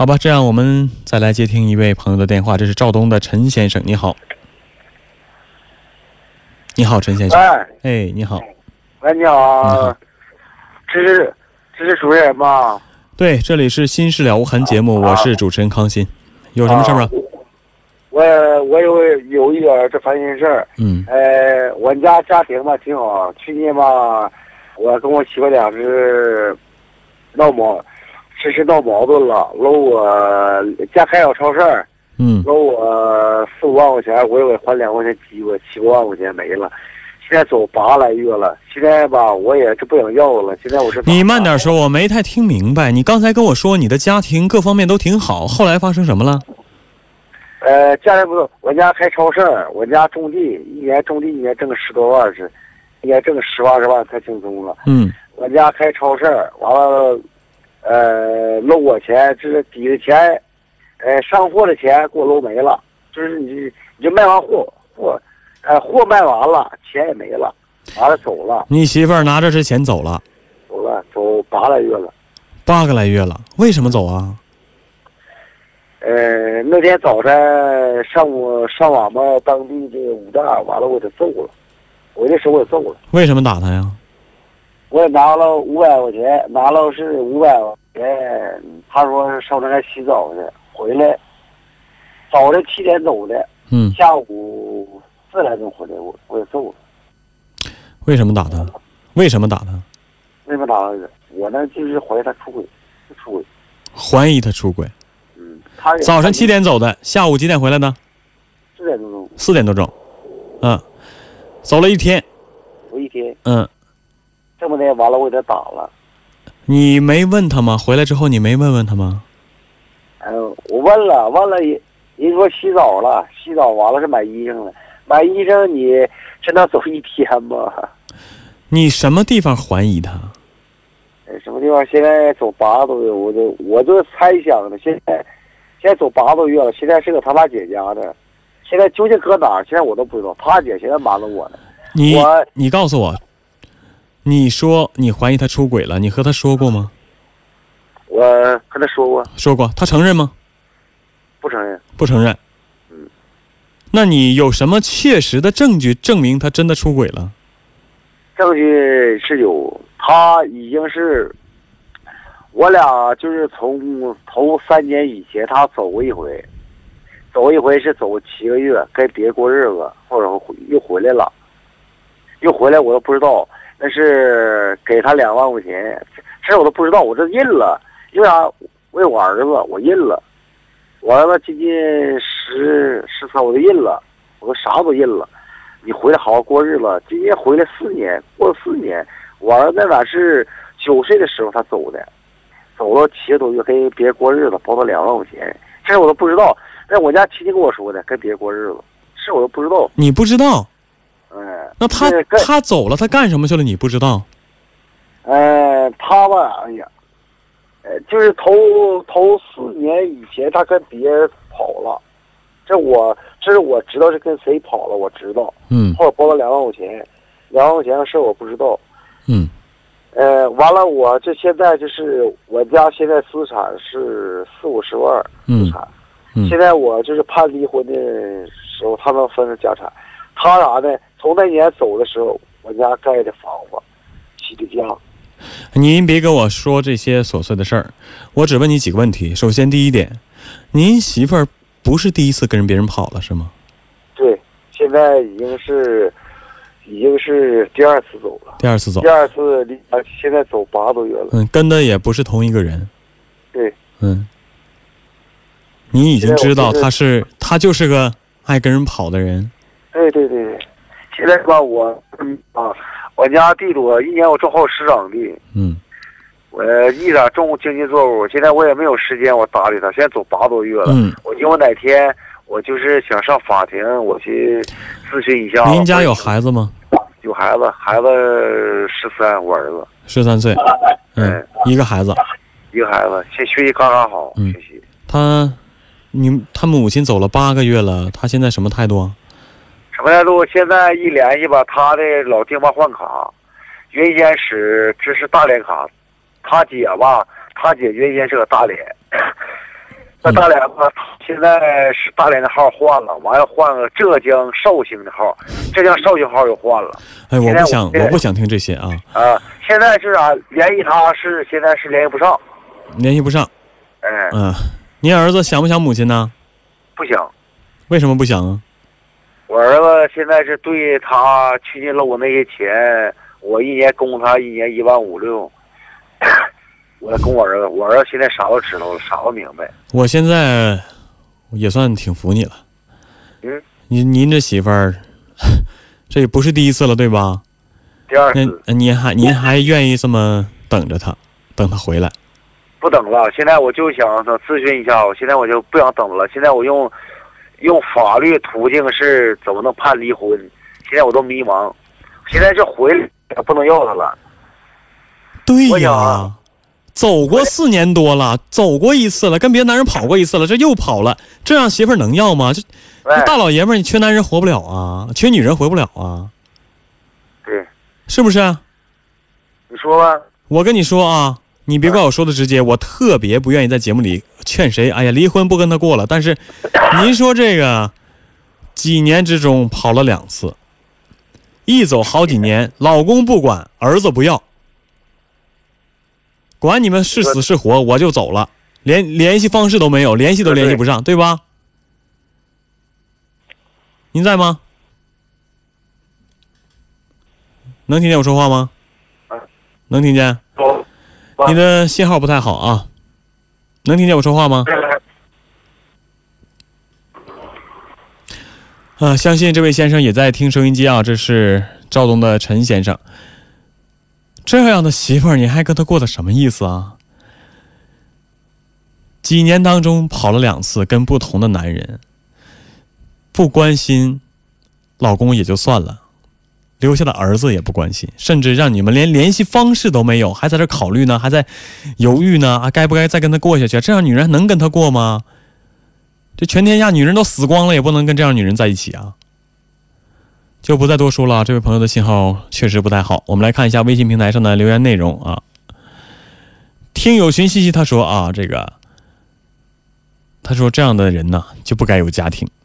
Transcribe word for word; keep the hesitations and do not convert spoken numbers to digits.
好吧，这样我们再来接听一位朋友的电话，这是肇东的陈先生，你好。你好，陈先生。 哎， 哎，你好。 喂，你好。这是这是主持人吗？ 对，这里是新事了无痕节目，我是主持人康欣。有什么事吗？ 我我有有一点这烦心事儿。 嗯。 呃，我们家家庭吧挺好，去年吧，我跟我媳妇俩是闹矛，这是闹矛盾了，搂我家开小超市。 嗯。 搂我四五万块钱，我又给还两块钱机会，七八万块钱没了。现在走八来月了，现在吧我也就不想要了。现在我是你慢点说，我没太听明白。你刚才跟我说你的家庭各方面都挺好，后来发生什么了？ 呃，家里不是我家开超市，我家种地，一年种地一年挣个十多万是，一年挣个十万二十万太轻松了。 嗯。 我家开超市，完了，呃，搂我钱，这是抵的钱，呃，上货的钱给我搂没了，就是你你就卖完货货。呃，货卖完了，钱也没了，完了走了。 你媳妇儿拿着这钱走了？ 走了，走八来月了。 八个来月了，为什么走啊？ 呃，那天早晨上午上网吧，当地这个武大，完了我给他揍了，我这手给揍了。 为什么打他呀？ 我也拿了五百块钱，拿了是五百块钱，他说是上那来洗澡去，回来早晨七点走的， 嗯， 下午四点钟回来，我我也揍了。 为什么打他？为什么打他？ 为什么打他？我呢就是怀疑他出轨，出轨。 怀疑他出轨。 嗯，他早上七点走的，下午几点回来的？ 四点多钟。 四点多钟，嗯，走了一天。 走一天。 嗯。 这么的，完了我给他打了。 你没问他吗？回来之后你没问问他吗？ 嗯、呃，我问了，问了人，人说洗澡了，洗澡完了是买衣裳了，买衣裳你真能走一天吗？ 你什么地方怀疑他？ 什么地方？现在走八个多月，我就我就猜想的，现在现在走八个多月了，现在是个他大姐家的，现在究竟搁哪儿？现在我都不知道。他姐现在瞒着我呢。 你我你告诉我，你说你怀疑他出轨了，你和他说过吗？ 我跟他说过。 说过，他承认吗？ 不承认。 不承认。 嗯。 那你有什么切实的证据证明他真的出轨了？ 证据是有，他已经是，我俩就是从头三年以前他走过一回，走一回是走七个月，跟别人过日子，或者又回来了，又回来我都不知道，那是给他两万块钱，这我都不知道，我这印了，因为啥？为我儿子，我印了，我儿子今年十十三，我就印了，我啥都印了。你回来好好过日子，今年回来四年，过了四年，我儿子那是九岁的时候他走的，走了七个多月，跟别人过日子，包他两万块钱，这我都不知道。那我家亲戚跟我说的，跟别人过日子，这我都不知道。 你不知道？ 嗯。 那他他走了，他干什么去了？你不知道？ 呃，他吧，哎呀，呃，就是头头四年以前，他跟别人跑了。这我这是我知道是跟谁跑了，我知道。 嗯。 或者包了两万块钱，两万块钱的事我不知道。 嗯。 呃，完了，我这现在就是我家现在资产是四五十万资产。 嗯。 现在我就是判离婚的时候，他能分着家产。他啥呢？从那年走的时候，我家盖的房子，起的家。 您别跟我说这些琐碎的事儿，我只问你几个问题。首先，第一点，您媳妇儿不是第一次跟别人跑了是吗？ 对，现在已经是已经是第二次走了。 第二次走。 第二次离现在走八个多月了。 嗯，跟的也不是同一个人。 对。 嗯。你已经知道他是他就是个爱跟人跑的人。 对对对对，现在吧我嗯啊，我家地主一年我种好十亩地。 嗯。 我一点种经济作物，现在我也没有时间我搭理他。现在走八多月了。 嗯。 我因为哪天我就是想上法庭，我去咨询一下。 您家有孩子吗？ 有孩子，孩子十三，我儿子十三岁。嗯，一个孩子。 一个孩子，现学习刚刚好。 嗯。 学习。 他，你他母亲走了八个月了，他现在什么态度啊？ 什么态度？现在一联系吧，他的老爹妈换卡，原先是这是大连卡。他姐吧，他姐原先是个大连， 那大连吧，现在是大连的号换了，完了换个浙江绍兴的号，浙江绍兴号又换了。 哎，我不想， 我我不想听这些啊。 啊，现在是啥？联系他是现在是联系不上， 联系不上。 哎， 嗯，您儿子想不想母亲呢？ 不想。 为什么不想啊？ 我儿子现在是对他去年搂我那些钱，我一年供他一年一万五六。我供我儿子，我儿子现在啥都知道了，啥都明白。 我现在也算挺服你了。 嗯， 您您这媳妇儿，这也不是第一次了，对吧？ 第二次。 那您还您还愿意这么等着他，等他回来？ 不等了，现在我就想咨询一下，我现在我就不想等了。现在我用用法律途径是怎么能判离婚？现在我都迷茫。现在就回来不能要他了。 对呀。走过四年多了，走过一次了，跟别的男人跑过一次了，这又跑了，这样媳妇儿能要吗？这大老爷们儿，你缺男人活不了啊，缺女人活不了啊。 对， 是不是啊？ 你说吧。 我跟你说啊，你别怪我说的直接，我特别不愿意在节目里劝谁，哎呀，离婚不跟他过了。但是，您说这个几年之中跑了两次，一走好几年，老公不管，儿子不要。管你们是死是活，我就走了，连联系方式都没有，联系都联系不上，对吧？您在吗？能听见我说话吗？能听见？你的信号不太好啊，能听见我说话吗？啊，相信这位先生也在听收音机啊，这是肇东的陈先生。这样的媳妇儿你还跟他过的什么意思啊？几年当中跑了两次跟不同的男人，不关心老公也就算了，留下的儿子也不关心，甚至让你们连联系方式都没有，还在这考虑呢，还在犹豫呢啊，该不该再跟他过下去？这样女人能跟他过吗？这全天下女人都死光了，也不能跟这样女人在一起啊！就不再多说了，这位朋友的信号确实不太好。我们来看一下微信平台上的留言内容啊。听友群西西他说啊，这个他说这样的人呢就不该有家庭。